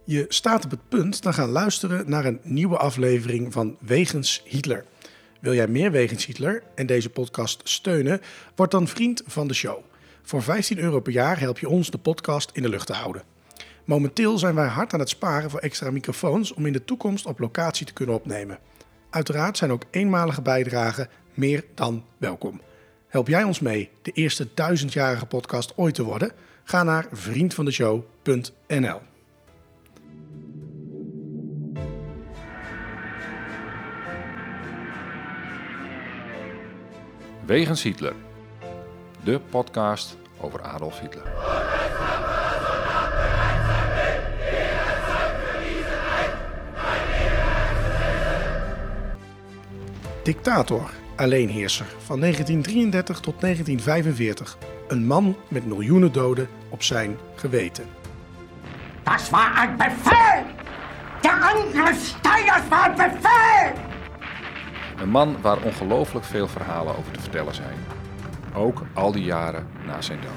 Je staat op het punt te gaan luisteren naar een nieuwe aflevering van Wegens Hitler. Wil jij meer Wegens Hitler en deze podcast steunen? Word dan vriend van de show. Voor €15 per jaar help je ons de podcast in de lucht te houden. Momenteel zijn wij hard aan het sparen voor extra microfoons om in de toekomst op locatie te kunnen opnemen. Uiteraard zijn ook eenmalige bijdragen meer dan welkom. Help jij ons mee de eerste 1000-jarige podcast ooit te worden? Ga naar vriendvandeshow.nl. Wegens Hitler, de podcast over Adolf Hitler. Dictator, alleenheerser, van 1933 tot 1945. Een man met miljoenen doden op zijn geweten. Das war ein Befehl! Der Angriff Steiners war ein Befehl! Een man waar ongelooflijk veel verhalen over te vertellen zijn. Ook al die jaren na zijn dood.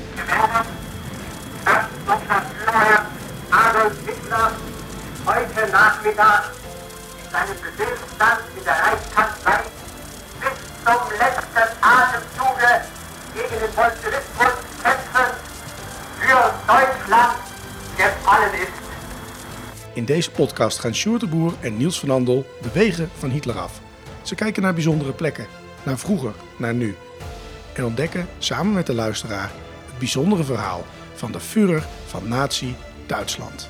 Das Unterführer Adolf Hitler heute Nachmittag in seinem Befehlsstand in der Reichskanzlei bis zum letzten Atemzuge gegen den Bolschewismus kämpfen für Deutschland gefallen ist. In deze podcast gaan Sjoerd de Boer en Niels van Andel de wegen van Hitler af. Ze kijken naar bijzondere plekken, naar vroeger, naar nu. En ontdekken samen met de luisteraar het bijzondere verhaal van de Führer van Nazi-Duitsland.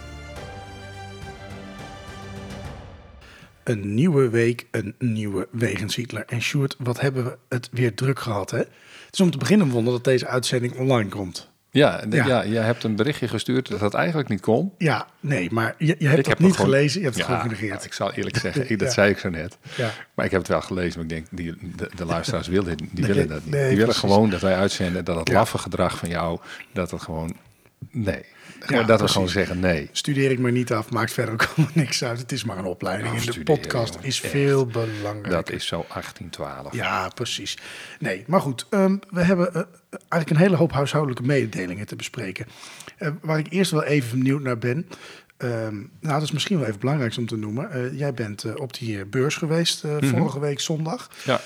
Een nieuwe week, een nieuwe Wegens Hitler. En Sjoerd, wat hebben we het weer druk gehad, hè? Het is om te beginnen een wonder dat deze uitzending online komt. Ja, je hebt een berichtje gestuurd dat het eigenlijk niet kon. Ja, nee, maar je hebt het niet gelezen, je hebt het gewoon genegeerd. Ik zal eerlijk zeggen, dat zei ik zo net. Ja. Maar ik heb het wel gelezen, maar ik denk, de luisteraars willen dat niet. Die willen gewoon dat wij uitzenden, dat het laffe gedrag van jou, dat het gewoon, nee. Dat we gewoon zeggen nee. Studeer ik maar niet af, maakt verder ook helemaal niks uit. Het is maar een opleiding. En de podcast is veel belangrijker. Dat is zo 1812. Ja, precies. Nee, maar goed. We hebben eigenlijk een hele hoop huishoudelijke mededelingen te bespreken. Waar ik eerst wel even benieuwd naar ben. Dat is misschien wel even belangrijk om te noemen. Jij bent op die beurs geweest vorige week zondag. Ja.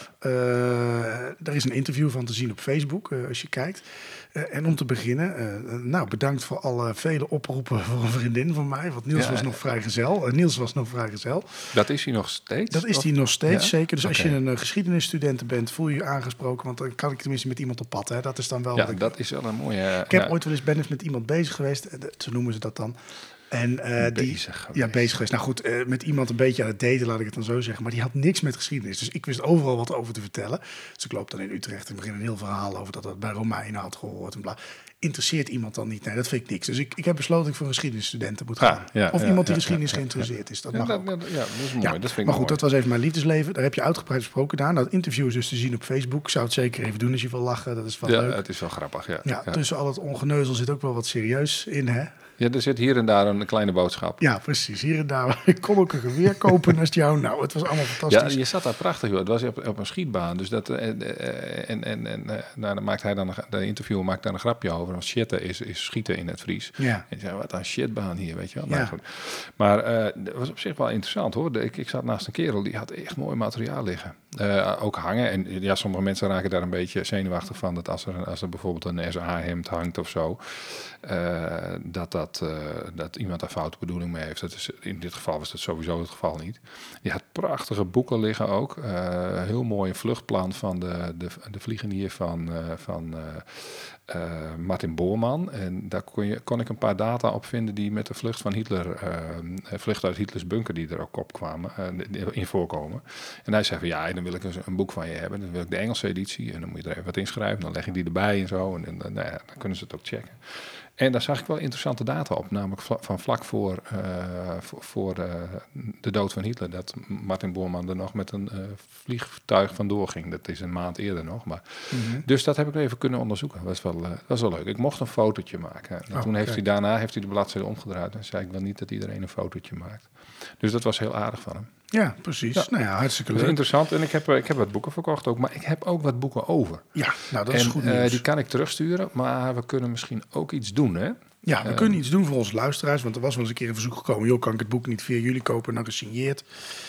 Er is een interview van te zien op Facebook, als je kijkt. En om te beginnen, bedankt voor alle vele oproepen voor een vriendin van mij. Want Niels was nog vrijgezel. Niels was nog vrijgezel. Dat is hij nog steeds? Dat is hij nog steeds, zeker. Dus als je een geschiedenisstudent bent, voel je je aangesproken. Want dan kan ik tenminste met iemand op pad. Hè. Dat is dan wel... Ja, dat is wel een mooie... Ik heb ooit wel eens met iemand bezig geweest. Zo noemen ze dat dan. En bezig geweest. Nou goed, met iemand een beetje aan het daten, laat ik het dan zo zeggen. Maar die had niks met geschiedenis. Dus ik wist overal wat over te vertellen. Dus ik loop dan in Utrecht en begin een heel verhaal over dat bij Romeinen had gehoord en bla. Interesseert iemand dan niet? Nee, dat vind ik niks. Dus ik heb besloten dat ik voor een geschiedenisstudenten moet gaan. Iemand die geschiedenis geïnteresseerd is. Dat mag ook. Dat is mooi. Dat vind ik maar goed, mooi. Dat was even mijn liefdesleven. Daar heb je uitgebreid besproken daar. Nou, het interview is dus te zien op Facebook. Ik zou het zeker even doen als je wil lachen. Dat is wel leuk. Het is wel grappig, Tussen al het ongeneuzel zit ook wel wat serieus in, hè? Ja, er zit hier en daar een kleine boodschap. Ja, precis. Hier en daar. Ik kon ook een geweer kopen naast jou. Nou, het was allemaal fantastisch. Ja, je zat daar prachtig, joh. Het was op een schietbaan. Dus dat... dan maakt hij dan de interviewer maakt daar een grapje over. Want shitten is schieten in het Fries. Ja. En zei, wat een shitbaan hier, weet je wel. Ja. Maar het was op zich wel interessant, hoor. Ik zat naast een kerel, die had echt mooi materiaal liggen. Ook hangen. En ja, sommige mensen raken daar een beetje zenuwachtig van. Dat als er bijvoorbeeld een SA-hemd hangt of zo... dat iemand daar foute bedoeling mee heeft. Dat is, in dit geval was dat sowieso het geval niet. Je had prachtige boeken liggen ook. Heel mooi vluchtplan van de vliegenier van Martin Bormann. En daar kon ik een paar data op vinden die met de vlucht van Hitler, vlucht uit Hitlers bunker, die er ook opkwamen, in voorkomen. En hij zei van ja, dan wil ik een boek van je hebben. Dan wil ik de Engelse editie en dan moet je er even wat inschrijven. Dan leg ik die erbij en zo. En dan kunnen ze het ook checken. En daar zag ik wel interessante data op, namelijk van vlak voor de dood van Hitler, dat Martin Bormann er nog met een vliegtuig vandoor ging. Dat is een maand eerder nog. Maar. Mm-hmm. Dus dat heb ik even kunnen onderzoeken. Dat was wel leuk. Ik mocht een fotootje maken. En toen heeft hij de bladzijde omgedraaid en zei ik wil niet dat iedereen een fotootje maakt. Dus dat was heel aardig van hem. Ja, precies. Ja. Nou ja, hartstikke leuk. Interessant. En ik heb wat boeken verkocht ook, maar ik heb ook wat boeken over. Ja, nou dat is goed nieuws. Die kan ik terugsturen, maar we kunnen misschien ook iets doen, hè? Ja, we kunnen iets doen voor onze luisteraars. Want er was wel eens een keer een verzoek gekomen. Joh, kan ik het boek niet via jullie kopen, nou gesigneerd?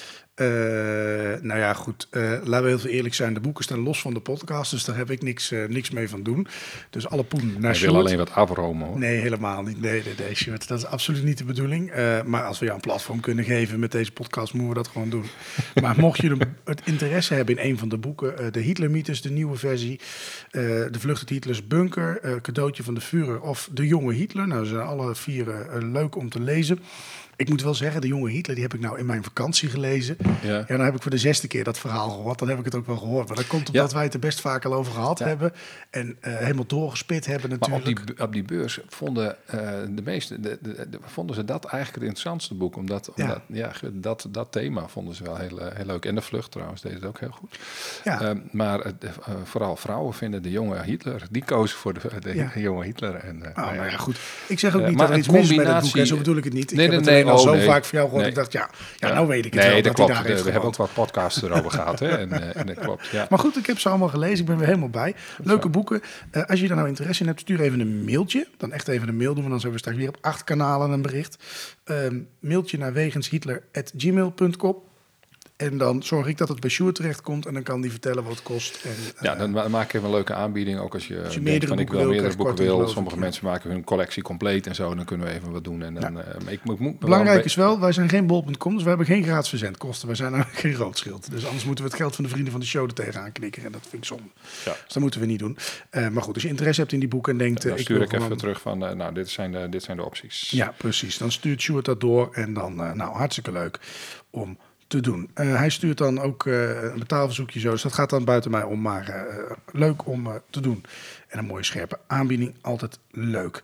Nou ja, goed. Laten we heel veel eerlijk zijn. De boeken staan los van de podcast, dus daar heb ik niks mee van doen. Dus alle poen naar Sjoerd. Ik wil alleen wat afromen, hoor. Nee, helemaal niet. Nee, Sjoerd. Dat is absoluut niet de bedoeling. Maar als we jou een platform kunnen geven met deze podcast, moeten we dat gewoon doen. Maar mocht je het interesse hebben in een van de boeken, de Hitlermythes, de nieuwe versie, de Vlucht uit Hitlers bunker, Cadeautje van de Führer of De Jonge Hitler. Nou, ze zijn alle 4 leuk om te lezen. Ik moet wel zeggen, De Jonge Hitler, die heb ik nou in mijn vakantie gelezen. Ja, dan heb ik voor de 6e keer dat verhaal gehoord. Dan heb ik het ook wel gehoord. Maar dat komt omdat wij het er best vaak al over gehad hebben. En helemaal doorgespit hebben natuurlijk. Maar op die beurs vonden de meesten, vonden ze dat eigenlijk het interessantste boek. Omdat dat thema vonden ze wel heel leuk. En De Vlucht trouwens deed het ook heel goed. Ja. Maar vooral vrouwen vinden De Jonge Hitler. Die kozen voor de Jonge Hitler. En, nou ja, goed. Ik zeg ook niet dat er iets mis is met het boek. Hè, zo bedoel ik het niet. Ik heb het al zo vaak voor jou gehoord. Ik dacht, nou weet ik het wel. Nee, dat klopt. We hebben ook wat podcasts erover gehad. Hè? En dat klopt, ja. Maar goed, ik heb ze allemaal gelezen. Ik ben weer helemaal bij. Leuke boeken. Als je daar nou interesse in hebt, stuur even een mailtje. Dan echt even een mail doen, want dan zijn we straks weer op 8 kanalen een bericht. Mailtje naar wegenshitler@gmail.com. En dan zorg ik dat het bij Sjoerd terechtkomt en dan kan die vertellen wat het kost. En, dan maak ik even een leuke aanbieding. Ook als je denkt van ik wil meerdere boeken wil. Sommige mensen maken hun collectie compleet en zo. Dan kunnen we even wat doen. En dan, belangrijk is wel, wij zijn geen bol.com, dus we hebben geen gratis verzendkosten. Wij zijn eigenlijk geen Rothschild. Dus anders moeten we het geld van de vrienden van de show er tegenaan knikken. En dat vind ik zonde. Ja. Dus dat moeten we niet doen. Maar goed, als je interesse hebt in die boeken en denkt... dan stuur ik even terug van, dit zijn de opties. Ja, precies. Dan stuurt Sjoerd dat door en dan, hartstikke leuk om te doen. Hij stuurt dan ook een betaalverzoekje zo, dus dat gaat dan buiten mij om, maar leuk om te doen. En een mooie scherpe aanbieding, altijd leuk.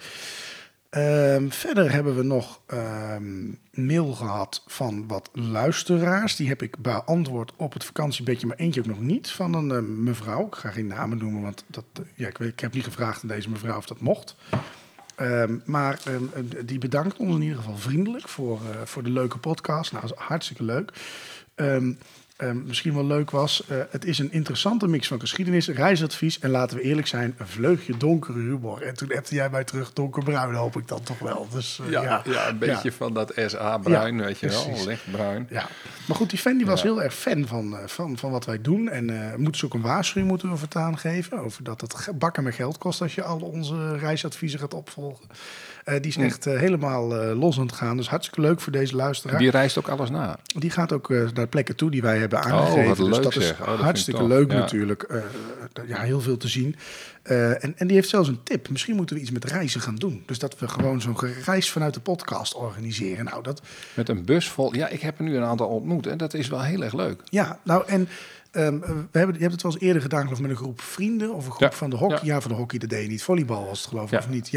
Verder hebben we nog mail gehad van wat luisteraars. Die heb ik beantwoord op het vakantiebedje, maar eentje ook nog niet. Van een mevrouw, ik ga geen namen noemen, want ik heb niet gevraagd aan deze mevrouw of dat mocht. Maar die bedankt ons in ieder geval vriendelijk voor de leuke podcast. Nou, dat is hartstikke leuk. Misschien wel leuk was, het is een interessante mix van geschiedenis, reisadvies en laten we eerlijk zijn, een vleugje donkere humor. En toen appte jij mij terug, donkerbruin hoop ik dan toch wel. Dus, een beetje van dat SA-bruin, weet je wel, lichtbruin. Ja. Maar goed, die fan die was heel erg fan van wat wij doen. En moeten ze ook een waarschuwing moeten we voortaan geven, over dat het bakken met geld kost als je al onze reisadviezen gaat opvolgen. Die is echt helemaal los aan het gaan. Dus hartstikke leuk voor deze luisteraar. Die reist ook alles na. Die gaat ook naar plekken toe die wij hebben aangegeven. Wat leuk, dus dat zeg. is hartstikke leuk natuurlijk. Heel veel te zien. En die heeft zelfs een tip. Misschien moeten we iets met reizen gaan doen. Dus dat we gewoon zo'n reis vanuit de podcast organiseren. Nou, met een bus vol. Ja, ik heb er nu een aantal ontmoet. En dat is wel heel erg leuk. Ja, nou en... je hebt het wel eens eerder gedaan, geloof ik, met een groep vrienden of een groep van de hockey. Ja, van de hockey, dat deed je niet. Volleybal was het, geloof ik, of niet?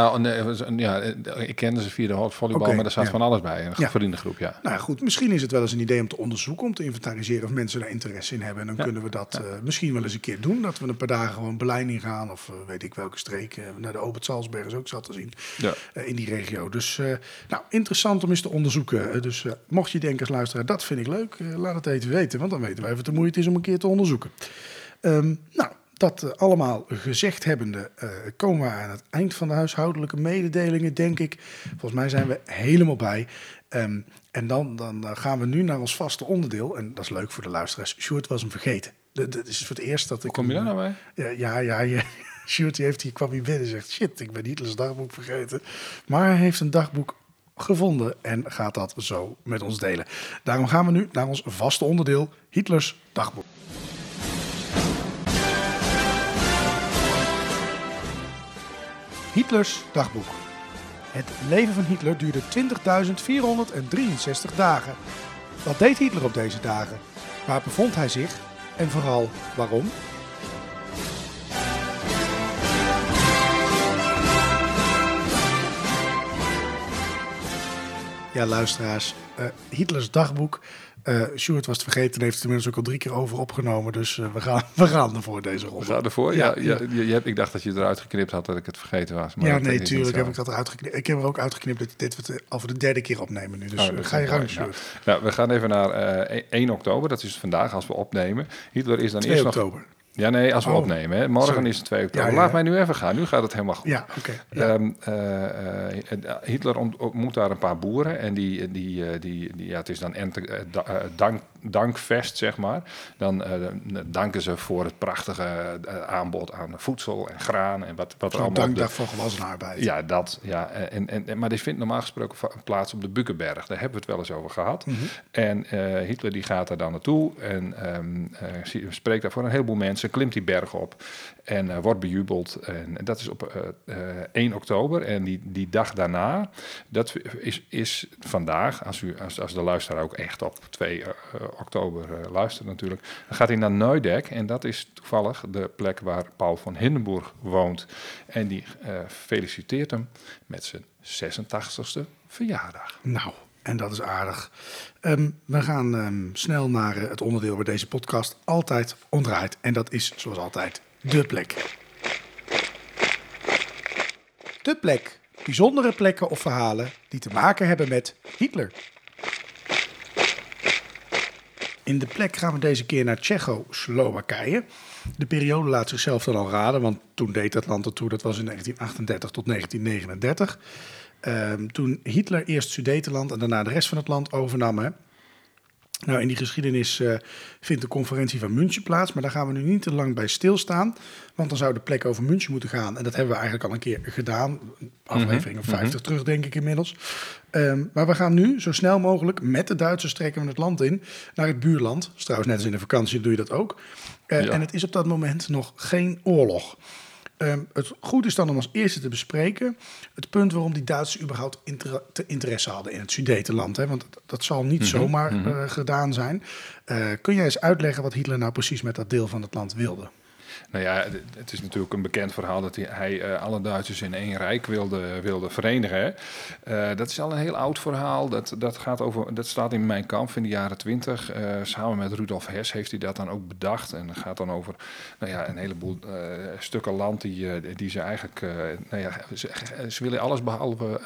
Ik kende ze via de volleybal, maar daar zat van alles bij. Een vriendengroep, ja. Nou goed, misschien is het wel eens een idee om te onderzoeken, om te inventariseren of mensen daar interesse in hebben. En dan kunnen we dat misschien wel eens een keer doen. Dat we een paar dagen gewoon Berlijn ingaan of weet ik welke streek. Naar de Obert Salzberg is ook zat te zien in die regio. Dus interessant om eens te onderzoeken. Dus mocht je denken als luisteraar, dat vind ik leuk, laat het even weten. Want dan weten wij of het de moeite is om een keer te onderzoeken. Dat allemaal gezegd hebbende, komen we aan het eind van de huishoudelijke mededelingen, denk ik. Volgens mij zijn we helemaal bij. En dan gaan we nu naar ons vaste onderdeel. En dat is leuk voor de luisteraars. Sjoerd was hem vergeten. Dat is voor het eerst dat ik... Hoe kom je daar nou bij? Ja. Sjoerd kwam hier binnen en zegt, shit, ik ben Hitlers dagboek vergeten. Maar hij heeft een dagboek gevonden en gaat dat zo met ons delen. Daarom gaan we nu naar ons vaste onderdeel, Hitlers dagboek. Hitlers dagboek. Het leven van Hitler duurde 20.463 dagen. Wat deed Hitler op deze dagen? Waar bevond hij zich? En vooral waarom? Ja, luisteraars, Hitlers dagboek. Sjoerd was het vergeten en heeft het inmiddels ook al 3 keer over opgenomen. Dus we gaan ervoor deze ronde. We gaan ervoor? Ja. Ik dacht dat je eruit geknipt had dat ik het vergeten was. Maar tuurlijk heb ik dat eruit geknipt. Ik heb er ook uitgeknipt dat dit we al voor de 3e keer opnemen nu. Dus ga je gang, Sjoerd. Nou, we gaan even naar 1 oktober. Dat is vandaag als we opnemen. Hitler is dan 2 eerst oktober. Ja, nee, als we opnemen. Hè. Morgen Sorry. is het 2 oktober. Ja, ja. Laat mij nu even gaan. Nu gaat het helemaal goed. Ja, oké. Ja. Hitler ontmoet daar een paar boeren. En het is dan dankfest, zeg maar. Dan danken ze voor het prachtige aanbod aan voedsel en graan. En wat er Zo'n allemaal... dankdag voor gewassen arbeid. Ja, dat. Ja. Maar die vindt normaal gesproken plaats op de Bukkenberg. Daar hebben we het wel eens over gehad. Mhm. En Hitler die gaat daar dan naartoe en spreekt daar voor een heleboel mensen, klimt die berg op en wordt bejubeld. En dat is op 1 oktober. En die dag daarna, dat is vandaag, als de luisteraar ook echt op 2 oktober luistert natuurlijk, dan gaat hij naar Neudeck. En dat is toevallig de plek waar Paul van Hindenburg woont. En die feliciteert hem met zijn 86e verjaardag. Nou, en dat is aardig. We gaan snel naar het onderdeel waar deze podcast altijd om draait. En dat is, zoals altijd, de plek. De plek. Bijzondere plekken of verhalen die te maken hebben met Hitler. In de plek gaan we deze keer naar Tsjechoslowakije. De periode laat zichzelf dan al raden, want toen deed dat land ertoe. Dat was in 1938 tot 1939. Toen Hitler eerst Sudetenland en daarna de rest van het land overnam. Hè. Nou, in die geschiedenis vindt de conferentie van München plaats, maar daar gaan we nu niet te lang bij stilstaan. Want dan zou de plek over München moeten gaan. En dat hebben we eigenlijk al een keer gedaan. Aflevering of 50 terug, denk ik inmiddels. Maar we gaan nu zo snel mogelijk met de Duitsers trekken we het land in naar het buurland. Dat is trouwens net als in de vakantie doe je dat ook. En het is op dat moment nog geen oorlog. Het goed is dan om als eerste te bespreken het punt waarom die Duitsers überhaupt interesse hadden in het Sudetenland. Hè? Want dat zal niet zomaar gedaan zijn. Kun jij eens uitleggen wat Hitler nou precies met dat deel van het land wilde? Nou ja, het is natuurlijk een bekend verhaal dat hij alle Duitsers in één rijk wilde verenigen. Hè. Dat is al een heel oud verhaal. Dat staat in Mein Kampf in de jaren 20. Samen met Rudolf Hess heeft hij dat dan ook bedacht. En dat gaat dan over een heleboel stukken land die ze eigenlijk... ze willen alles behalve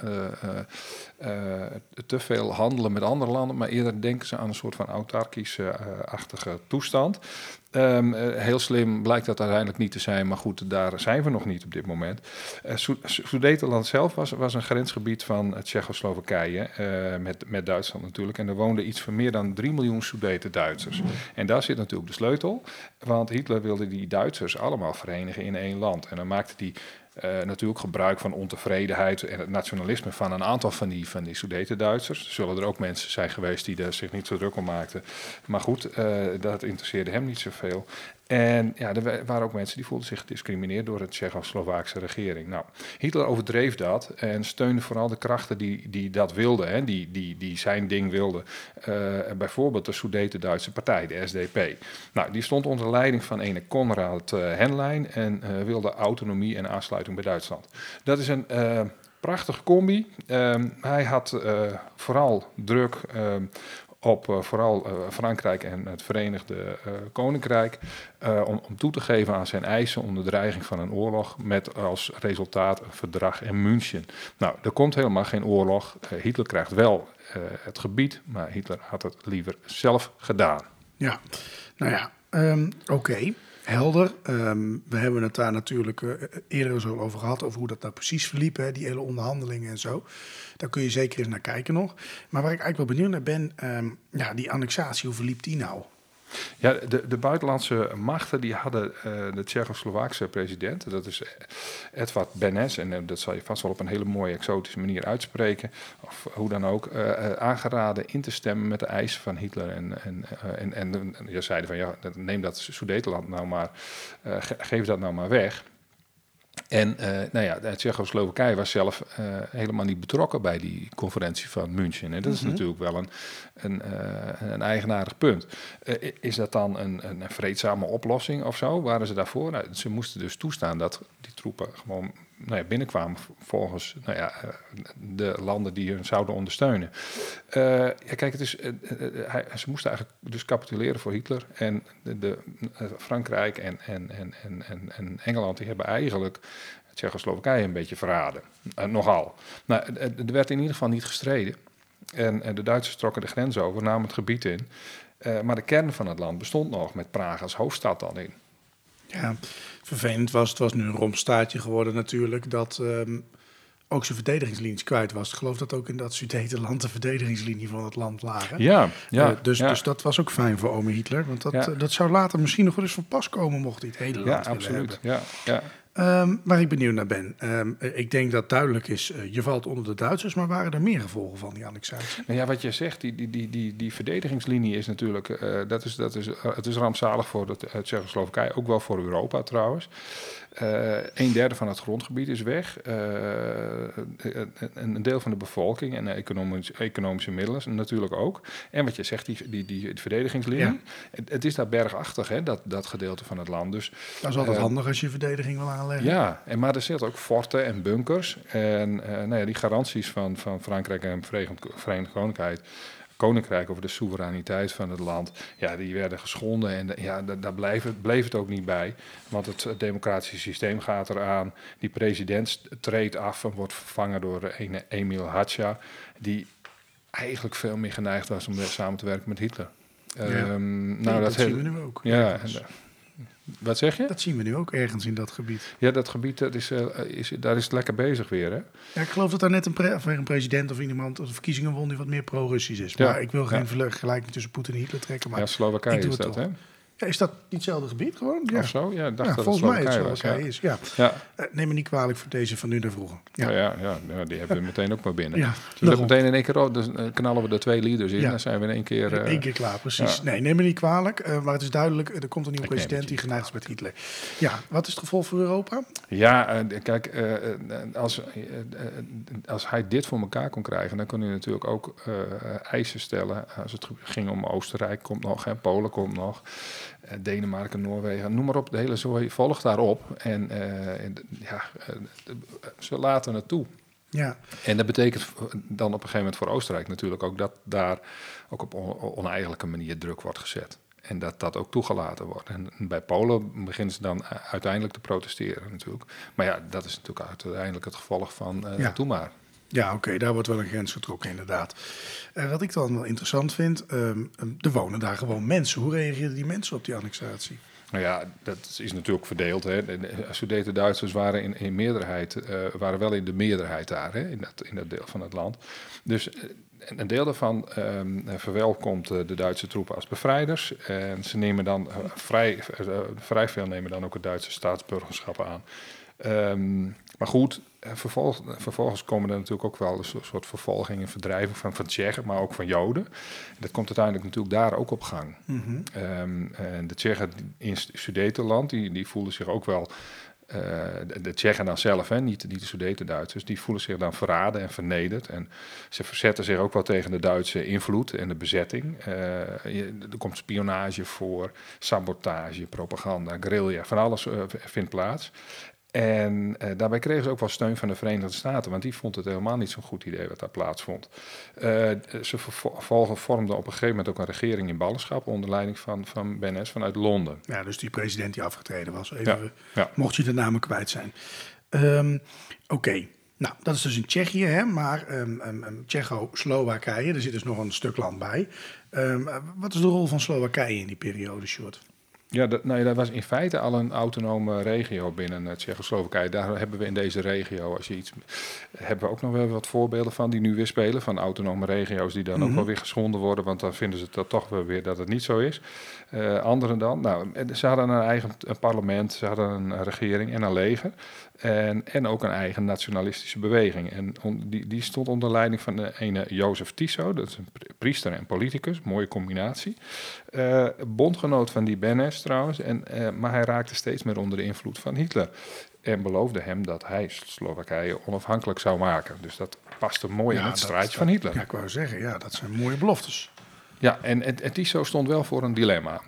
te veel handelen met andere landen. Maar eerder denken ze aan een soort van autarkisch-achtige toestand. Heel slim blijkt dat uiteindelijk niet te zijn, maar goed, daar zijn we nog niet op dit moment. Sudetenland zelf was een grensgebied van Tsjechoslowakije, met Duitsland natuurlijk. En er woonden iets van meer dan 3 miljoen Sudeten-Duitsers. En daar zit natuurlijk de sleutel, want Hitler wilde die Duitsers allemaal verenigen in één land. En dan maakte hij natuurlijk gebruik van ontevredenheid en het nationalisme van een aantal van die Sudeten-Duitsers. Er zullen er ook mensen zijn geweest die er zich niet zo druk om maakten. Maar goed, dat interesseerde hem niet zoveel. En ja, er waren ook mensen die voelden zich gediscrimineerd door de Tsjechoslowaakse regering. Nou, Hitler overdreef dat en steunde vooral de krachten die dat wilden, hè, die zijn ding wilden. Bijvoorbeeld de Sudeten-Duitse partij, de SDP. Nou, die stond onder leiding van ene Konrad Henlein en wilde autonomie en aansluiting bij Duitsland. Dat is een prachtige combi. Hij had vooral druk op vooral Frankrijk en het Verenigde Koninkrijk om toe te geven aan zijn eisen onder dreiging van een oorlog met als resultaat een verdrag in München. Nou, er komt helemaal geen oorlog. Hitler krijgt wel het gebied, maar Hitler had het liever zelf gedaan. Ja, nou ja, oké. Helder. We hebben het daar natuurlijk eerder zo over gehad, over hoe dat nou precies verliep, hè, die hele onderhandelingen en zo. Daar kun je zeker eens naar kijken nog. Maar waar ik eigenlijk wel benieuwd naar ben, die annexatie, hoe verliep die nou? Ja, de buitenlandse machten die hadden de Tsjechoslowaakse president, dat is Edvard Benes, en dat zal je vast wel op een hele mooie exotische manier uitspreken, of hoe dan ook, aangeraden in te stemmen met de eisen van Hitler. En je zeiden van ja, neem dat Sudetenland nou maar, geef dat nou maar weg. En de Tsjechoslowakije was zelf helemaal niet betrokken bij die conferentie van München. En dat is natuurlijk wel een eigenaardig punt. Is dat dan een vreedzame oplossing of zo? Waren ze daarvoor? Nou, ze moesten dus toestaan dat die troepen gewoon binnenkwamen volgens de landen die hun zouden ondersteunen. Kijk, ze moesten eigenlijk dus capituleren voor Hitler. En Frankrijk en Engeland die hebben eigenlijk Tsjechoslowakije een beetje verraden. Nogal. Nou, er werd in ieder geval niet gestreden. En de Duitsers trokken de grens over, namen het gebied in. Maar de kern van het land bestond nog met Praag als hoofdstad dan in. Ja, vervelend was, het was nu een rompstaatje geworden natuurlijk, dat ook zijn verdedigingslinies kwijt was. Ik geloof dat ook in dat Sudetenland de verdedigingslinie van het land lagen. Ja, Dus dat was ook fijn voor ome Hitler, want dat zou later misschien nog wel eens van pas komen, mocht hij het hele land willen hebben. Ja. Waar ik benieuwd naar ben. Ik denk dat duidelijk is, je valt onder de Duitsers, maar waren er meer gevolgen van die annexatie? Nou ja, wat je zegt, die verdedigingslinie is natuurlijk, het is rampzalig voor het Tsjechoslowakije, ook wel voor Europa trouwens. 1/3 van het grondgebied is weg. Een deel van de bevolking en economische middelen natuurlijk ook. En wat je zegt, die verdedigingslinie. Ja. Het is daar bergachtig, hè, dat gedeelte van het land. Dus, dat is altijd handig als je verdediging wil aanleggen. Ja, maar er zitten ook forten en bunkers. En die garanties van Frankrijk en Verenigd Koninkrijk over de soevereiniteit van het land, ja, die werden geschonden en daar bleef het ook niet bij. Want het democratische systeem gaat eraan. Die president treedt af en wordt vervangen door Emil Hácha, die eigenlijk veel meer geneigd was om samen te werken met Hitler. Dat zien we nu ook. Ja, wat zeg je? Dat zien we nu ook ergens in dat gebied. Ja, dat gebied, daar is het lekker bezig weer, hè? Ja, ik geloof dat daar net een president of iemand de verkiezingen won die wat meer pro-Russisch is. Maar ik wil geen vergelijking tussen Poetin en Hitler trekken. Maar Slowakije is dat, hè? Ja, is dat niet hetzelfde gebied gewoon? Ja. Of zo? Ja, ik dacht dat volgens mij het Slowakije is. Ja. Neem me niet kwalijk voor deze van nu naar vroeger. Ja, die hebben we meteen ook maar binnen. Ja, dus meteen in één keer, dus knallen we er 2 leaders in. Dan zijn we in één keer... Eén keer klaar, precies. Ja. Nee, neem me niet kwalijk. Maar het is duidelijk, er komt een nieuwe president die geneigd is met Hitler. Ja, wat is het gevolg voor Europa? Ja, kijk, als hij dit voor elkaar kon krijgen, dan kon hij natuurlijk ook eisen stellen. Als het ging om Oostenrijk, komt nog, hè, Polen komt nog. Denemarken, Noorwegen, noem maar op, de hele zooi volgt daarop. En ze laten het toe. Ja. En dat betekent dan op een gegeven moment voor Oostenrijk natuurlijk ook dat daar ook op oneigenlijke manier druk wordt gezet. En dat ook toegelaten wordt. En bij Polen beginnen ze dan uiteindelijk te protesteren natuurlijk. Maar ja, dat is natuurlijk uiteindelijk het gevolg van doe maar. Ja, oké, daar wordt wel een grens getrokken inderdaad. Wat ik dan wel interessant vind, er wonen daar gewoon mensen. Hoe reageerden die mensen op die annexatie? Nou ja, dat is natuurlijk verdeeld. Hè. De Sudeten-Duitsers waren in meerderheid, waren wel in de meerderheid daar, hè, in dat deel van het land. Dus een deel daarvan verwelkomt de Duitse troepen als bevrijders. En ze nemen dan vrij veel nemen dan ook het Duitse staatsburgerschap aan. Maar goed, vervolgens komen er natuurlijk ook wel een soort vervolging en verdrijving van Tsjechen, maar ook van Joden. Dat komt uiteindelijk natuurlijk daar ook op gang. Mm-hmm. En de Tsjechen in Sudetenland, die voelden zich ook wel, de Tsjechen dan zelf, hè, niet de Sudeten-Duitsers, die voelen zich dan verraden en vernederd. En ze verzetten zich ook wel tegen de Duitse invloed en de bezetting. Er komt spionage voor, sabotage, propaganda, guerrilla, van alles vindt plaats. En daarbij kregen ze ook wel steun van de Verenigde Staten, want die vond het helemaal niet zo'n goed idee wat daar plaatsvond. Ze vormden op een gegeven moment ook een regering in ballingschap onder leiding van BNS vanuit Londen. Ja, dus die president die afgetreden was. Mocht je de namen kwijt zijn. Oké. Nou, dat is dus in Tsjechië, hè, maar Tsjechoslowakije, er zit dus nog een stuk land bij. Wat is de rol van Slowakije in die periode, Sjoerd? Ja, dat was in feite al een autonome regio binnen Tsjechoslowakije. Daar hebben we in deze regio, hebben we ook nog wel wat voorbeelden van die nu weer spelen. Van autonome regio's die dan ook wel weer geschonden worden. Want dan vinden ze dat toch wel weer dat het niet zo is. Anderen dan. Nou, ze hadden een eigen parlement, ze hadden een regering en een leger. En ook een eigen nationalistische beweging. En die stond onder leiding van de ene Jozef Tiso. Dat is een priester en politicus. Mooie combinatie. Bondgenoot van die BNS trouwens. Maar hij raakte steeds meer onder de invloed van Hitler. En beloofde hem dat hij Slowakije onafhankelijk zou maken. Dus dat paste mooi in het strijdje van Hitler. Ja, ik wou zeggen, dat zijn mooie beloftes. Ja, en Tiso stond wel voor een dilemma.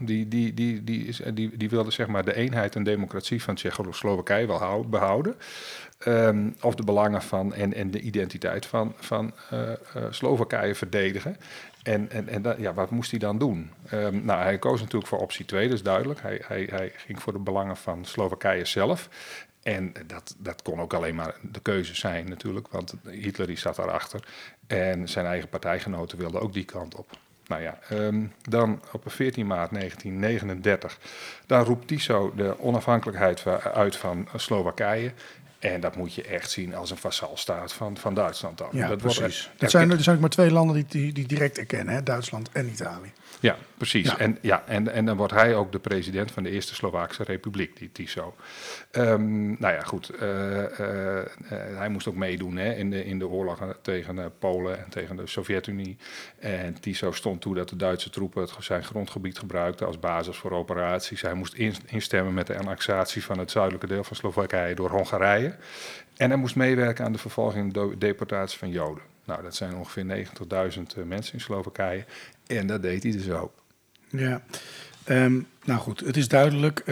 Die wilde zeg maar de eenheid en democratie van Tsjechoslowakije wel behouden. Of de belangen van en de identiteit van Slowakije verdedigen. Wat moest hij dan doen? Hij koos natuurlijk voor optie 2, dat is duidelijk. Hij ging voor de belangen van Slowakije zelf. En dat kon ook alleen maar de keuze zijn natuurlijk, want Hitler die zat daarachter. En zijn eigen partijgenoten wilden ook die kant op. Nou ja, dan op 14 maart 1939, dan roept Tiso de onafhankelijkheid uit van Slowakije. En dat moet je echt zien als een vassalstaat van Duitsland dan. Ja, dat precies. Er zijn ook maar 2 landen die direct erkennen, hè? Duitsland en Italië. Ja, precies. Ja. En dan wordt hij ook de president van de Eerste Slovaakse Republiek, die Tiso. Nou ja, goed. Hij moest ook meedoen hè, in de oorlog tegen Polen en tegen de Sovjet-Unie. En Tiso stond toe dat de Duitse troepen zijn grondgebied gebruikten als basis voor operaties. Hij moest instemmen met de annexatie van het zuidelijke deel van Slowakije door Hongarije. En hij moest meewerken aan de vervolging en deportatie van Joden. Nou, dat zijn ongeveer 90.000 mensen in Slowakije. En dat deed hij dus ook. Ja, nou goed, het is duidelijk.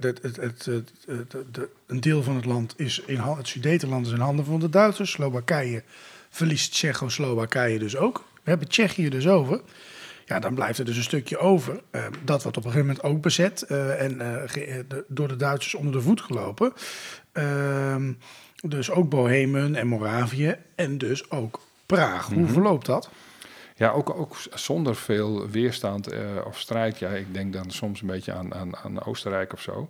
Een deel van het land is het Sudetenland is in handen van de Duitsers. Slowakije verliest Tsjechoslowakije dus ook. We hebben Tsjechië dus over. Ja, dan blijft er dus een stukje over. Dat wordt op een gegeven moment ook bezet door de Duitsers onder de voet gelopen. Dus ook Bohemen en Moravië en dus ook Praag. Hoe verloopt dat? Ja, ook zonder veel weerstand of strijd. Ja, ik denk dan soms een beetje aan Oostenrijk of zo.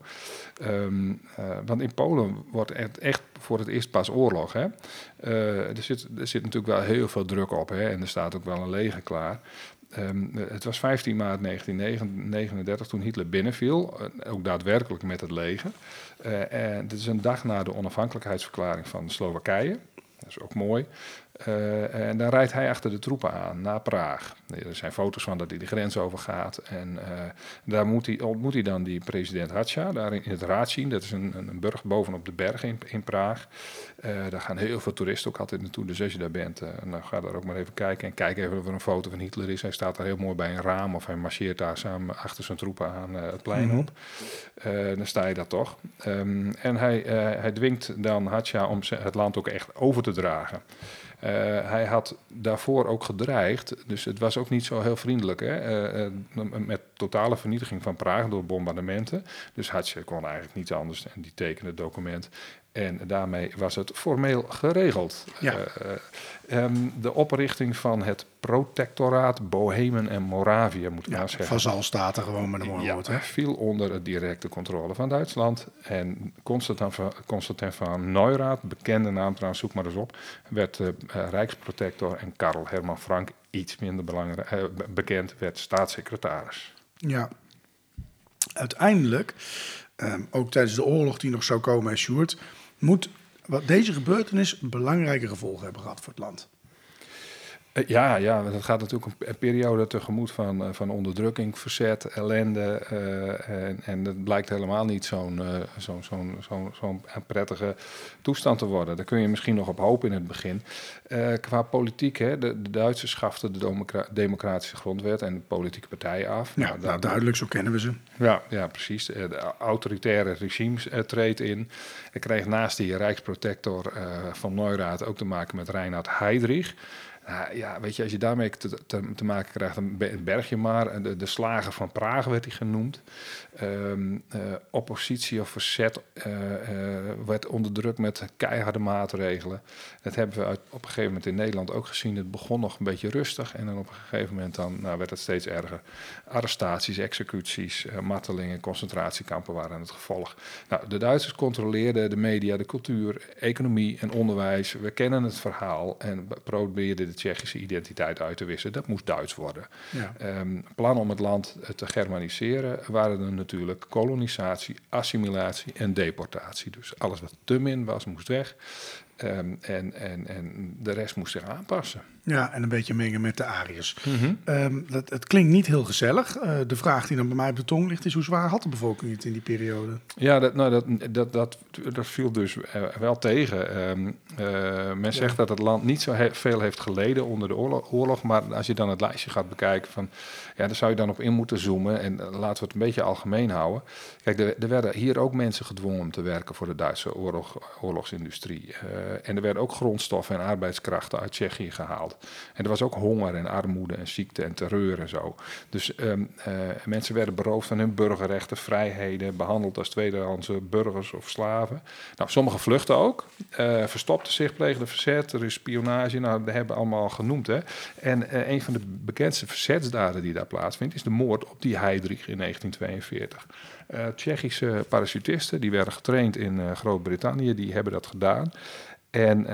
Want in Polen wordt het echt voor het eerst pas oorlog. Hè? Er zit natuurlijk wel heel veel druk op. Hè? En er staat ook wel een leger klaar. Het was 15 maart 1939 toen Hitler binnenviel. Ook daadwerkelijk met het leger. En dit is een dag na de onafhankelijkheidsverklaring van Slowakije. Dat is ook mooi. En dan rijdt hij achter de troepen aan, naar Praag. Er zijn foto's van dat hij de grens overgaat. En daar ontmoet hij dan die president Hacha, daar in het Ráčín. Dat is een burcht bovenop de berg in Praag. Daar gaan heel veel toeristen ook altijd naartoe. Dus als je daar bent, dan ga daar ook maar even kijken. En kijk even of er een foto van Hitler is. Hij staat daar heel mooi bij een raam of hij marcheert daar samen achter zijn troepen aan het plein op. Dan sta je daar toch. En hij dwingt dan Hacha om het land ook echt over te dragen. Hij had daarvoor ook gedreigd, dus het was ook niet zo heel vriendelijk, hè? Met totale vernietiging van Praag door bombardementen. Dus Hacha kon eigenlijk niets anders en die tekende het document. En daarmee was het formeel geregeld. Ja. De oprichting van het protectoraat Bohemen en Moravië, moet ik nou zeggen. Vazalstaten gewoon met een mooi woord. Hè? Viel onder de directe controle van Duitsland. En Constantin van Neurath, bekende naam trouwens, zoek maar eens op, werd rijksprotector en Karl Hermann Frank, iets minder bekend, werd staatssecretaris. Ja, uiteindelijk, ook tijdens de oorlog die nog zou komen, Sjoerd, moet deze gebeurtenis belangrijke gevolgen hebben gehad voor het land. Ja, dat gaat natuurlijk een periode tegemoet van onderdrukking, verzet, ellende. En dat blijkt helemaal niet zo'n prettige toestand te worden. Daar kun je misschien nog op hopen in het begin. Qua politiek, hè, de Duitsers schaften de democratische grondwet en de politieke partijen af. Ja, nou, duidelijk, zo kennen we ze. Ja, precies. De autoritaire regimes treedt in. Ik kreeg naast die rijksprotector van Neurath ook te maken met Reinhard Heydrich. Ja, weet je, als je daarmee te maken krijgt, dan berg je maar. De slager van Praag werd hij genoemd. Oppositie of verzet werd onderdrukt met keiharde maatregelen. Dat hebben we op een gegeven moment in Nederland ook gezien. Het begon nog een beetje rustig en dan op een gegeven moment werd het steeds erger. Arrestaties, executies, martelingen, concentratiekampen waren het gevolg. Nou, de Duitsers controleerden de media, de cultuur, economie en onderwijs. We kennen het verhaal en probeerden de Tsjechische identiteit uit te wissen. Dat moest Duits worden. Ja. Plannen om het land te germaniseren waren er natuurlijk kolonisatie, assimilatie en deportatie. Dus alles wat te min was, moest weg. En de rest moest zich aanpassen. Ja, en een beetje mengen met de Ariërs. Het klinkt niet heel gezellig. De vraag die dan bij mij op de tong ligt is: hoe zwaar had de bevolking het in die periode? Ja, dat viel dus wel tegen. Men zegt dat het land niet zo veel heeft geleden onder de oorlog. Maar als je dan het lijstje gaat bekijken, daar zou je dan op in moeten zoomen. En laten we het een beetje algemeen houden. Kijk, er werden hier ook mensen gedwongen om te werken voor de Duitse oorlogsindustrie. En er werden ook grondstoffen en arbeidskrachten uit Tsjechië gehaald. En er was ook honger en armoede en ziekte en terreur en zo. Dus mensen werden beroofd van hun burgerrechten, vrijheden, behandeld als tweedehandse burgers of slaven. Nou, sommigen vluchten ook, verstopten zich, pleegden verzet, er is spionage, nou, dat hebben we allemaal genoemd. Hè? En een van de bekendste verzetsdaden die daar plaatsvindt, is de moord op die Heydrich in 1942. Tsjechische parachutisten, die werden getraind in Groot-Brittannië, die hebben dat gedaan. En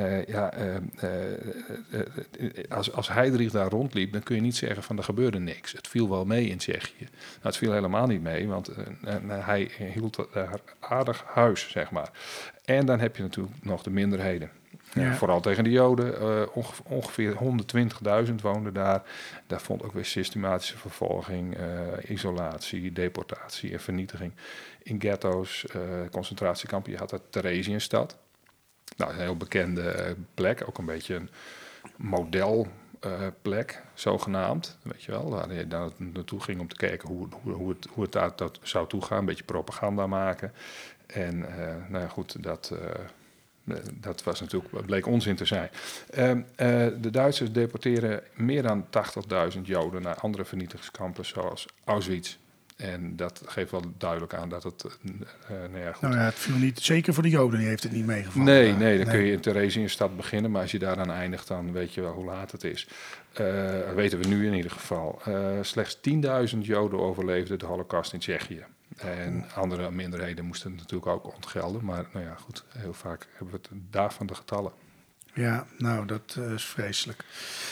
als Heydrich daar rondliep, dan kun je niet zeggen van er gebeurde niks. Het viel wel mee in Tsjechië. Nou, het viel helemaal niet mee, want hij hield daar aardig huis, zeg maar. En dan heb je natuurlijk nog de minderheden. Ja. Vooral tegen de Joden. Ongeveer 120.000 woonden daar. Daar vond ook weer systematische vervolging, isolatie, deportatie en vernietiging. In ghetto's, concentratiekampen. Je had het Theresienstadt. Nou, een heel bekende plek. Ook een beetje een modelplek, zogenaamd. Weet je wel, waar je daar naartoe ging om te kijken hoe het daar zou toegaan. Een beetje propaganda maken. En nou ja, goed, dat was natuurlijk, bleek onzin te zijn. De Duitsers deporteren meer dan 80.000 Joden naar andere vernietigingskampen zoals Auschwitz. En dat geeft wel duidelijk aan dat het... goed. Nou ja, het viel niet... Zeker voor de Joden heeft het niet meegevallen. Nee, dan kun je in Theresienstadt beginnen. Maar als je daaraan eindigt, dan weet je wel hoe laat het is. Dat weten we nu in ieder geval. Slechts 10.000 Joden overleefden de Holocaust in Tsjechië. En andere minderheden moesten het natuurlijk ook ontgelden. Maar nou ja, goed, heel vaak hebben we het daarvan de getallen. Ja, nou, dat is vreselijk.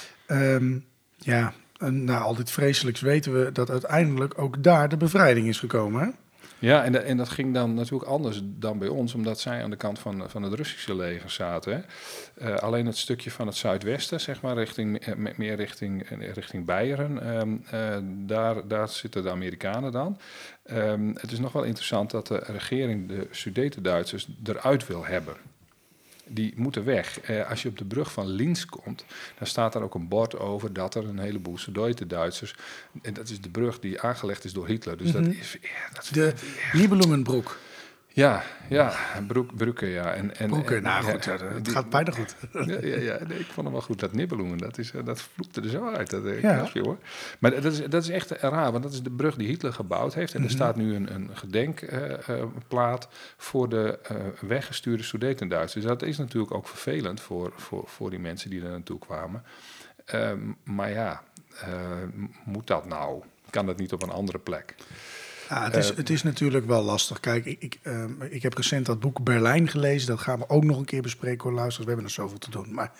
En na al dit vreselijks weten we dat uiteindelijk ook daar de bevrijding is gekomen, hè? Ja, en dat ging dan natuurlijk anders dan bij ons, omdat zij aan de kant van het Russische leger zaten. Hè. Alleen het stukje van het zuidwesten, zeg maar, meer richting Beieren, daar zitten de Amerikanen dan. Het is nog wel interessant dat de regering de Sudeten-Duitsers eruit wil hebben. Die moeten weg. Als je op de brug van Linz komt, dan staat daar ook een bord over dat er een heleboel Sudeten-Duitsers... En dat is de brug die aangelegd is door Hitler. Dus dat is... de Nibelungenbroek. Ja, Brücke, ja. Brücke, nou goed, het gaat bijna goed. Ja, nee, ik vond hem wel goed. Dat Nibelungen, dat vloekte er zo uit. Knapje, hoor. Maar dat is echt raar, want dat is de brug die Hitler gebouwd heeft. En er staat nu een gedenkplaat voor de weggestuurde Sudeten-Duitsers. Dat is natuurlijk ook vervelend voor die mensen die er naartoe kwamen. Maar ja, moet dat nou? Kan dat niet op een andere plek? Ja, het is natuurlijk wel lastig. Kijk, ik heb recent dat boek Berlijn gelezen. Dat gaan we ook nog een keer bespreken, hoor, luisteraars. We hebben nog zoveel te doen. Maar,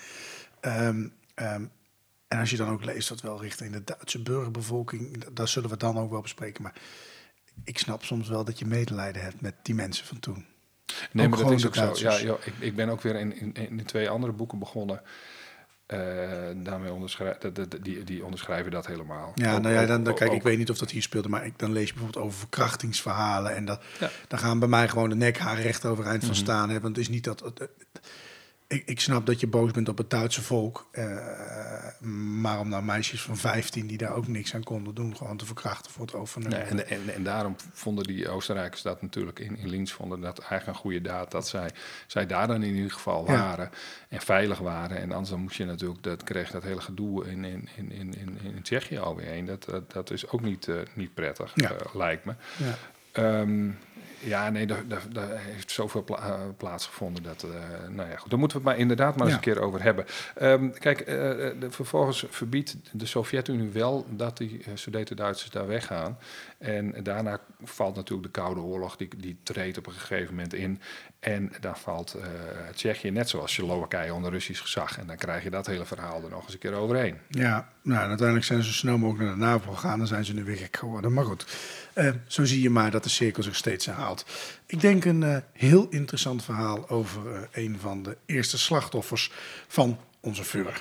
en als je dan ook leest dat wel richting de Duitse burgerbevolking... dat zullen we dan ook wel bespreken. Maar ik snap soms wel dat je medelijden hebt met die mensen van toen. Nee, ook maar dat is ook Duitsers. zo. Ja, ik ben ook weer in 2 andere boeken begonnen... daarmee die onderschrijven dat helemaal. Ja, kijk, ik weet niet of dat hier speelde, maar dan lees je bijvoorbeeld over verkrachtingsverhalen en daar gaan bij mij gewoon de nekharen recht overeind van staan. Hè, want het is niet dat... Ik snap dat je boos bent op het Duitse volk, maar om nou meisjes van 15 die daar ook niks aan konden doen, gewoon te verkrachten voor het overnemen. Nee, en daarom vonden die Oostenrijkers dat natuurlijk in Linz vonden dat eigenlijk een goede daad dat zij daar dan in ieder geval waren en veilig waren. En anders dan moest je natuurlijk, kreeg dat hele gedoe in Tsjechië alweer heen. Dat is ook niet prettig, lijkt me. Ja. Ja, nee, daar heeft zoveel plaatsgevonden. Nou ja, goed, daar moeten we het maar inderdaad maar eens een keer over hebben. Kijk, vervolgens verbiedt de Sovjet-Unie wel dat die Sudeten-Duitsers daar weggaan. En daarna valt natuurlijk de Koude Oorlog, die treedt op een gegeven moment in. En dan valt Tsjechië net zoals Slowakije onder Russisch gezag. En dan krijg je dat hele verhaal er nog eens een keer overheen. Ja, nou, uiteindelijk zijn ze snel mogelijk naar de NAVO gegaan. Dan zijn ze nu weer gek geworden. Maar goed, zo zie je maar dat de cirkel zich steeds herhaalt. Ik denk een heel interessant verhaal over een van de eerste slachtoffers van onze Führer.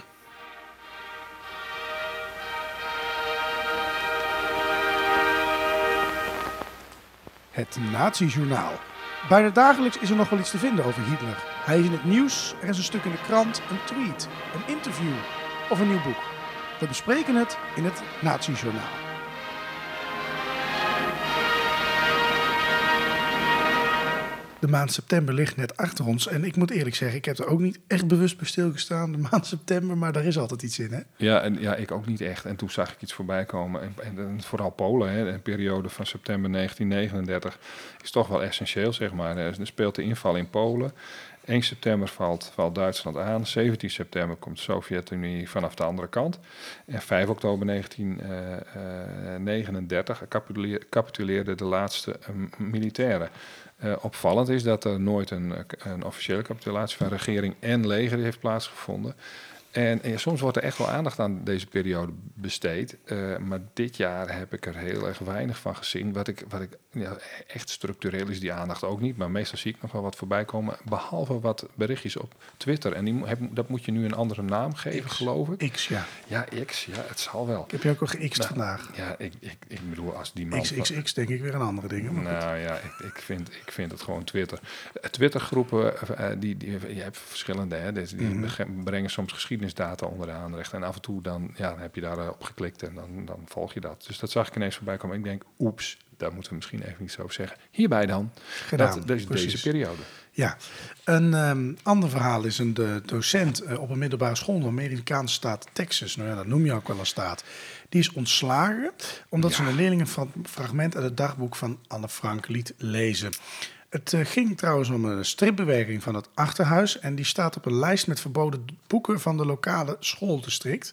Het Nazi-journaal. Bijna dagelijks is er nog wel iets te vinden over Hitler. Hij is in het nieuws, er is een stuk in de krant, een tweet, een interview of een nieuw boek. We bespreken het in het Nazi-journaal. De de maand september ligt net achter ons. En ik moet eerlijk zeggen, ik heb er ook niet echt bewust bij stilgestaan, de maand september. Maar daar is altijd iets in, hè? Ja, ik ook niet echt. En toen zag ik iets voorbij komen. En vooral Polen, hè, de periode van september 1939, is toch wel essentieel, zeg maar. Er speelt de inval in Polen. 1 september valt Duitsland aan. 17 september komt de Sovjet-Unie vanaf de andere kant. En 5 oktober 1939 capituleerden de laatste militairen. Opvallend is dat er nooit een officiële capitulatie van regering en leger heeft plaatsgevonden. En soms wordt er echt wel aandacht aan deze periode besteed. Maar dit jaar heb ik er heel erg weinig van gezien. Wat ik echt structureel is die aandacht ook niet. Maar meestal zie ik nog wel wat voorbij komen. Behalve wat berichtjes op Twitter. En dat moet je nu een andere naam geven, geloof ik. X, ja. Ja, X. Ja, het zal wel. Ik heb je ook al geX'd vandaag. Ja, ik bedoel, als die man... XXX denk ik weer een andere dingen. Nou ja, ik vind het gewoon Twitter. Twittergroepen, je hebt verschillende. Hè, die brengen soms geschiedenisdata onder de aandacht. En af en toe dan heb je daar op geklikt en dan volg je dat. Dus dat zag ik ineens voorbij komen. Ik denk, oeps, daar moeten we misschien even iets over zeggen. Hierbij dan, deze periode. Ja, een ander verhaal is een docent op een middelbare school in de Amerikaanse staat Texas. Nou ja, dat noem je ook wel een staat. Die is ontslagen omdat ze een leerling een fragment uit het dagboek van Anne Frank liet lezen. Het ging trouwens om een stripbewerking van het Achterhuis. En die staat op een lijst met verboden boeken van de lokale schooldistrict.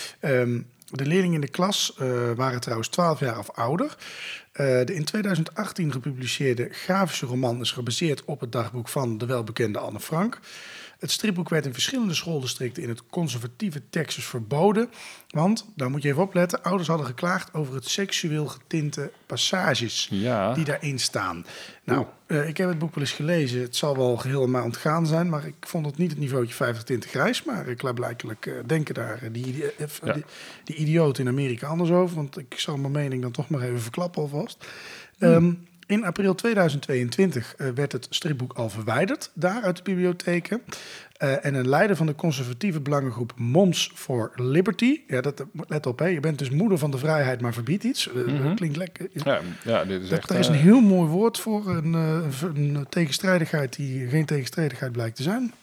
De leerlingen in de klas waren trouwens 12 jaar of ouder. De in 2018 gepubliceerde grafische roman is gebaseerd op het dagboek van de welbekende Anne Frank. Het stripboek werd in verschillende schooldistricten in het conservatieve Texas verboden. Want, daar moet je even opletten, ouders hadden geklaagd over het seksueel getinte passages die daarin staan. Nou, ik heb het boek wel eens gelezen. Het zal wel geheel aan mij ontgaan zijn, maar ik vond het niet het niveautje 50 tinten grijs. Maar klaarblijkelijk denken daar die idioten in Amerika anders over. Want ik zal mijn mening dan toch maar even verklappen alvast. In april 2022 werd het stripboek al verwijderd, daar uit de bibliotheken. En een leider van de conservatieve belangengroep Moms for Liberty. Ja, let op, hè, je bent dus moeder van de vrijheid, maar verbiedt iets. Dat klinkt lekker. Ja, dit is echt... Er is een heel mooi woord voor een tegenstrijdigheid die geen tegenstrijdigheid blijkt te zijn.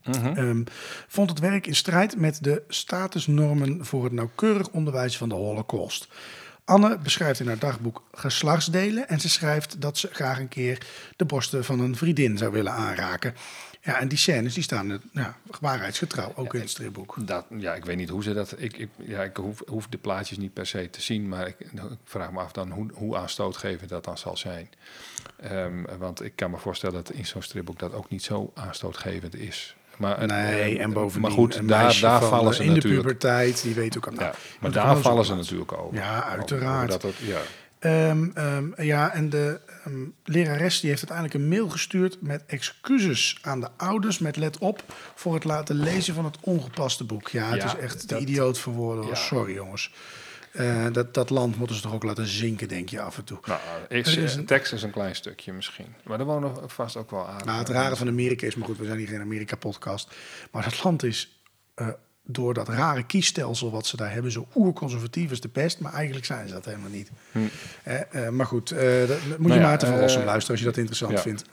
Vond het werk in strijd met de statusnormen voor het nauwkeurig onderwijs van de Holocaust. Anne beschrijft in haar dagboek geslachtsdelen en ze schrijft dat ze graag een keer de borsten van een vriendin zou willen aanraken. Ja, en die scènes die staan waarheidsgetrouw ook in het stripboek. Ik weet niet hoe ze dat... Ik hoef de plaatjes niet per se te zien, maar ik vraag me af dan hoe aanstootgevend dat dan zal zijn. Want ik kan me voorstellen dat in zo'n stripboek dat ook niet zo aanstootgevend is. Maar, en bovendien maar goed, daar vallen ze in natuurlijk... de puberteit, die weet ook al. Maar daar vallen ze natuurlijk over. Ja, uiteraard. Ja. En de lerares die heeft uiteindelijk een mail gestuurd met excuses aan de ouders. Met let op voor het laten lezen van het ongepaste boek. Ja, het is echt de idioot voor woorden. Ja. Sorry jongens. Dat land moeten ze toch ook laten zinken, denk je af en toe. Nou, tekst is een klein stukje misschien. Maar er wonen vast ook wel aan. Nou, het rare van Amerika is, maar goed, we zijn hier geen Amerika-podcast. Maar dat land is door dat rare kiesstelsel wat ze daar hebben, zo oerconservatief als de pest. Maar eigenlijk zijn ze dat helemaal niet. Maar goed, dat moet je maar te verlossen luisteren als je dat interessant vindt.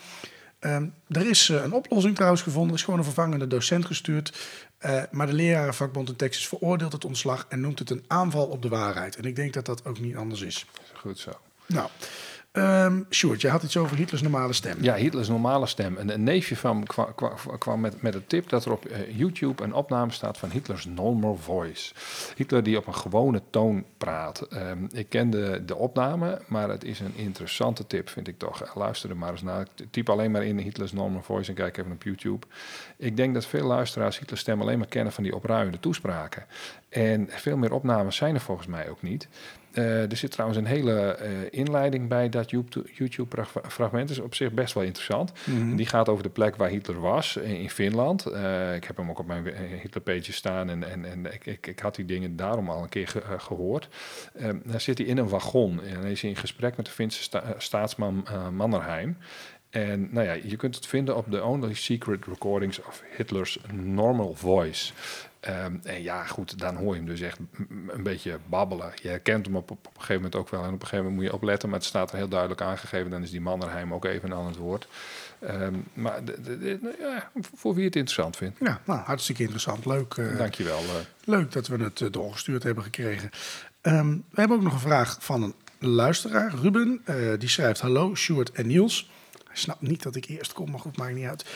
Er is een oplossing trouwens gevonden. Er is gewoon een vervangende docent gestuurd. Maar de lerarenvakbond in Texas veroordeelt het ontslag en noemt het een aanval op de waarheid. En ik denk dat dat ook niet anders is. Goed zo. Nou, Sjoerd, je had iets over Hitlers normale stem. Ja, Hitlers normale stem. Een neefje van kwam met een tip dat er op YouTube een opname staat van Hitlers normal voice. Hitler die op een gewone toon praat. Ik kende de opname, maar het is een interessante tip, vind ik toch. Luister er maar eens naar. Typ alleen maar in Hitlers normal voice en kijk even op YouTube. Ik denk dat veel luisteraars Hitlers stem alleen maar kennen van die opruiende toespraken. En veel meer opnames zijn er volgens mij ook niet. Er zit trouwens een hele inleiding bij dat YouTube-fragment. Is op zich best wel interessant. Die gaat over de plek waar Hitler was, in Finland. Ik heb hem ook op mijn Hitlerpage staan en ik had die dingen daarom al een keer gehoord. Daar zit hij in een wagon en hij is in gesprek met de Finse staatsman Mannerheim. En nou ja, je kunt het vinden op de Only Secret Recordings of Hitler's Normal Voice. En ja, goed, dan hoor je hem dus echt een beetje babbelen. Je herkent hem op een gegeven moment ook wel. En op een gegeven moment moet je opletten, maar het staat er heel duidelijk aangegeven. Dan is die Mannerheim ook even aan het woord. Maar voor wie het interessant vindt. Ja, nou, hartstikke interessant. Leuk. Dankjewel. Leuk dat we het doorgestuurd hebben gekregen. We hebben ook nog een vraag van een luisteraar, Ruben. Die schrijft: hallo, Sjoerd en Niels. Hij snapt niet dat ik eerst kom, maar goed, maakt niet uit.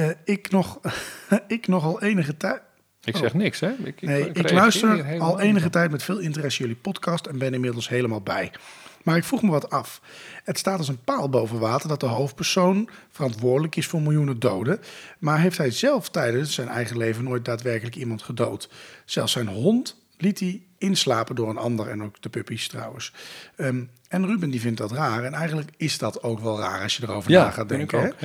Ik nog al enige tijd... Ik zeg niks, hè? Ik luister al enige tijd met veel interesse jullie podcast en ben inmiddels helemaal bij. Maar ik vroeg me wat af. Het staat als een paal boven water dat de hoofdpersoon verantwoordelijk is voor miljoenen doden. Maar heeft hij zelf tijdens zijn eigen leven nooit daadwerkelijk iemand gedood? Zelfs zijn hond liet hij inslapen door een ander en ook de puppies trouwens. En Ruben die vindt dat raar. En eigenlijk is dat ook wel raar als je erover na gaat denken.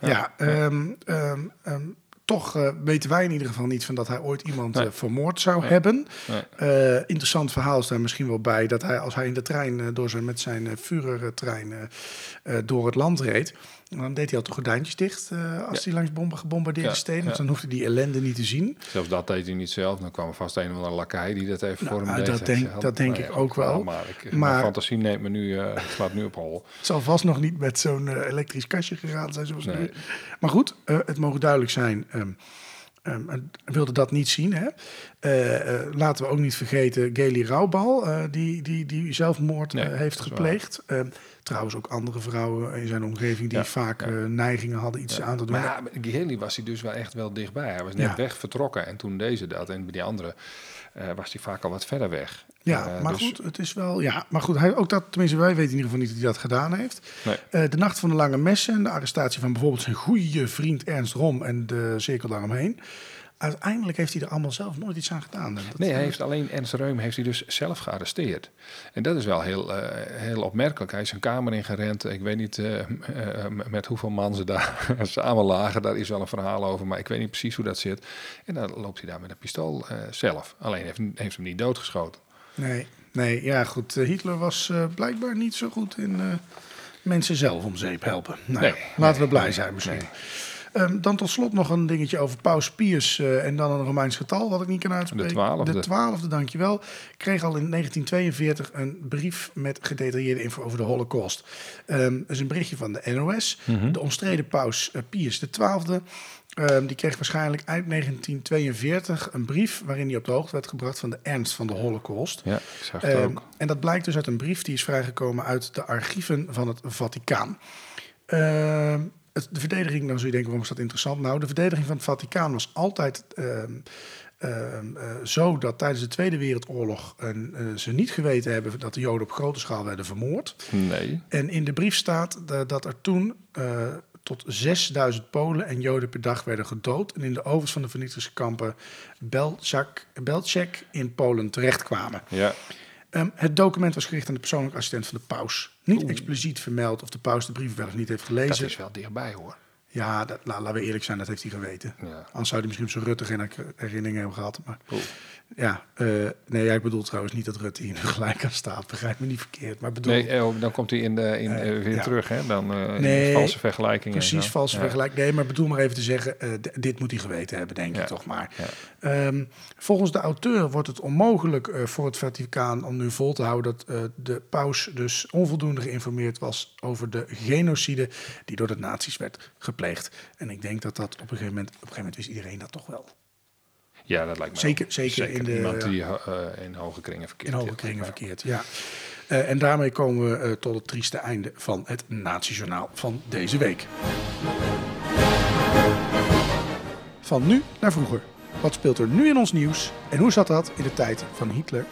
Toch weten wij in ieder geval niet van dat hij ooit iemand vermoord zou hebben. Nee. Interessant verhaal is daar misschien wel bij dat hij, als hij in de trein met zijn Führertrein door het land reed, dan deed hij al de gordijntjes dicht als hij langs gebombardeerde steden. Dus dan hoefde die ellende niet te zien. Zelfs dat deed hij niet zelf. Dan kwam er vast een of andere lakai die dat even voor hem deed. Dat denk ik ook wel. Maar mijn fantasie neemt me nu, slaat nu op hol. Het zal vast nog niet met zo'n elektrisch kastje gegaan zijn zoals nu. Maar goed, het mogen duidelijk zijn. Wilde dat niet zien. Hè? Laten we ook niet vergeten Geli Raubal, die zelfmoord heeft gepleegd. Trouwens ook andere vrouwen in zijn omgeving die vaak neigingen hadden iets aan te doen. Maar Geli was hij dus wel echt wel dichtbij. Hij was net weg vertrokken en toen deze dat. En bij die andere was hij vaak al wat verder weg. Ja, maar dus... goed, het is wel... Ja, maar goed, ook dat, tenminste wij weten in ieder geval niet dat hij dat gedaan heeft. Nee. De Nacht van de Lange Messen en de arrestatie van bijvoorbeeld zijn goede vriend Ernst Rom en de cirkel daaromheen. Uiteindelijk heeft hij er allemaal zelf nooit iets aan gedaan. Nee, hij heeft alleen Ernst Reum heeft hij dus zelf gearresteerd. En dat is wel heel opmerkelijk. Hij is een kamer ingerend. Ik weet niet met hoeveel man ze daar samen lagen. Daar is wel een verhaal over, maar ik weet niet precies hoe dat zit. En dan loopt hij daar met een pistool zelf. Alleen heeft hem niet doodgeschoten. Nee, ja goed. Hitler was blijkbaar niet zo goed in mensen zelf om zeep helpen. Laten we blij zijn misschien. Nee. Dan tot slot nog een dingetje over Paus Pius en dan een Romeins getal, wat ik niet kan uitspreken. De 12e, dankjewel. Ik kreeg al in 1942 een brief met gedetailleerde info over de Holocaust. Dat is een berichtje van de NOS. De omstreden Paus Pius XII... die kreeg waarschijnlijk eind 1942 een brief waarin hij op de hoogte werd gebracht van de ernst van de Holocaust. Ja, ik zag het ook. En dat blijkt dus uit een brief die is vrijgekomen uit de archieven van het Vaticaan. De verdediging, dan zul je denken, waarom is dat interessant? Nou, de verdediging van het Vaticaan was altijd zo dat tijdens de Tweede Wereldoorlog ze niet geweten hebben dat de Joden op grote schaal werden vermoord. Nee. En in de brief staat dat er toen tot 6000 Polen en Joden per dag werden gedood en in de ovens van de vernietigingskampen Belzec in Polen terechtkwamen. Ja. Het document was gericht aan de persoonlijke assistent van de paus. Niet expliciet vermeld of de paus de brief wel of niet heeft gelezen. Dat is wel dichtbij, hoor. Ja, laten we eerlijk zijn, dat heeft hij geweten. Ja. Anders zou hij misschien op zijn Rutte geen herinneringen hebben gehad. Maar ik bedoel trouwens niet dat Rutte hier nu gelijk aan staat. Begrijp me niet verkeerd. Maar bedoel... Nee, dan komt hij weer terug, hè? Dan valse vergelijkingen. Precies, valse vergelijking. Nee, maar bedoel maar even te zeggen, dit moet hij geweten hebben, denk ik toch maar. Ja. Volgens de auteur wordt het onmogelijk voor het Vaticaan om nu vol te houden dat de paus dus onvoldoende geïnformeerd was over de genocide die door de nazi's werd gepleegd. En ik denk dat op een gegeven moment wist iedereen dat toch wel. Ja, dat lijkt me zeker in de iemand die in hoge kringen verkeert. In hoge kringen verkeert, ja. En daarmee komen we tot het trieste einde van het Nazi-journaal van deze week. Van nu naar vroeger. Wat speelt er nu in ons nieuws en hoe zat dat in de tijd van Hitler?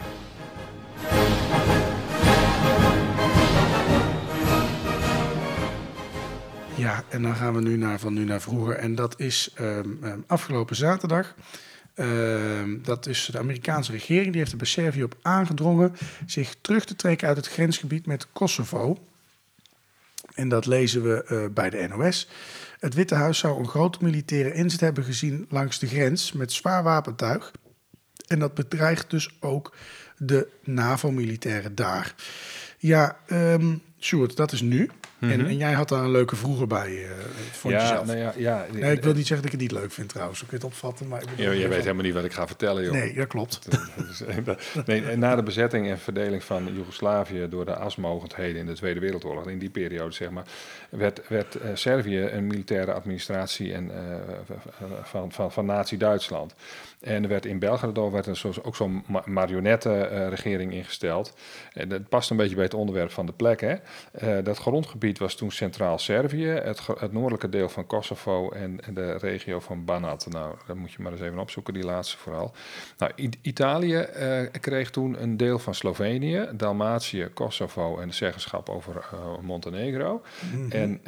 Ja, en dan gaan we nu van nu naar vroeger. En dat is afgelopen zaterdag. Dat is de Amerikaanse regering. Die heeft er bij Servië op aangedrongen zich terug te trekken uit het grensgebied met Kosovo. En dat lezen we bij de NOS. Het Witte Huis zou een grote militaire inzet hebben gezien langs de grens met zwaar wapentuig. En dat bedreigt dus ook de NAVO-militairen daar. Ja, Sjoerd, dat is nu. En jij had daar een leuke vroeger bij, vond je zelf? Nee, ik wil niet zeggen dat ik het niet leuk vind trouwens. Ik kun je het opvatten, maar... Je weet helemaal niet wat ik ga vertellen, joh. Nee, dat klopt. Na de bezetting en verdeling van Joegoslavië door de asmogendheden in de Tweede Wereldoorlog, in die periode zeg maar, werd Servië een militaire administratie van Nazi-Duitsland. En er werd in Belgrado ook zo'n marionettenregering ingesteld. En dat past een beetje bij het onderwerp van de plek. Hè? Dat grondgebied was toen Centraal Servië, het noordelijke deel van Kosovo en de regio van Banat. Nou, dat moet je maar eens even opzoeken, die laatste vooral. Nou, Italië kreeg toen een deel van Slovenië, Dalmatië, Kosovo en de zeggenschap over Montenegro. En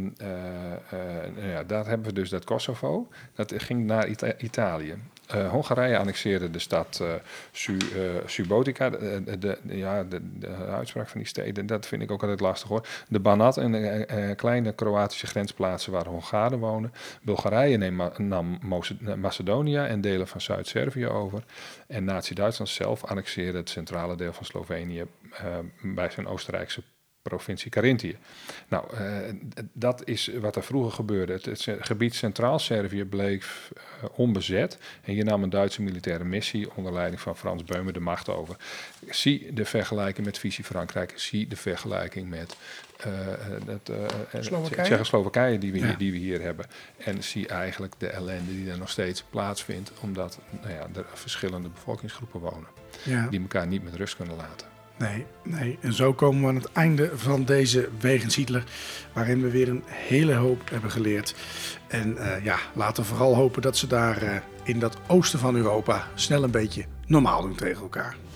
daar hebben we dus dat Kosovo. Dat ging naar Italië. Hongarije annexeerde de stad Subotica. De uitspraak van die steden, dat vind ik ook altijd lastig hoor. De Banat en kleine Kroatische grensplaatsen waar Hongaren wonen. Bulgarije nam Macedonië en delen van Zuid-Servië over. En Nazi-Duitsland zelf annexeerde het centrale deel van Slovenië bij zijn Oostenrijkse provincie Carinthië. Nou, dat is wat er vroeger gebeurde. Het gebied Centraal-Servië bleek onbezet. En hier nam een Duitse militaire missie onder leiding van Frans Beumer de macht over. Zie de vergelijking met Vichy Frankrijk. Zie de vergelijking met Tsjechoslowakije die we hier hebben. En zie eigenlijk de ellende die er nog steeds plaatsvindt. Omdat er verschillende bevolkingsgroepen wonen. Ja. Die elkaar niet met rust kunnen laten. Nee. En zo komen we aan het einde van deze Wegens Hitler, waarin we weer een hele hoop hebben geleerd. En laten we vooral hopen dat ze daar in dat oosten van Europa snel een beetje normaal doen tegen elkaar.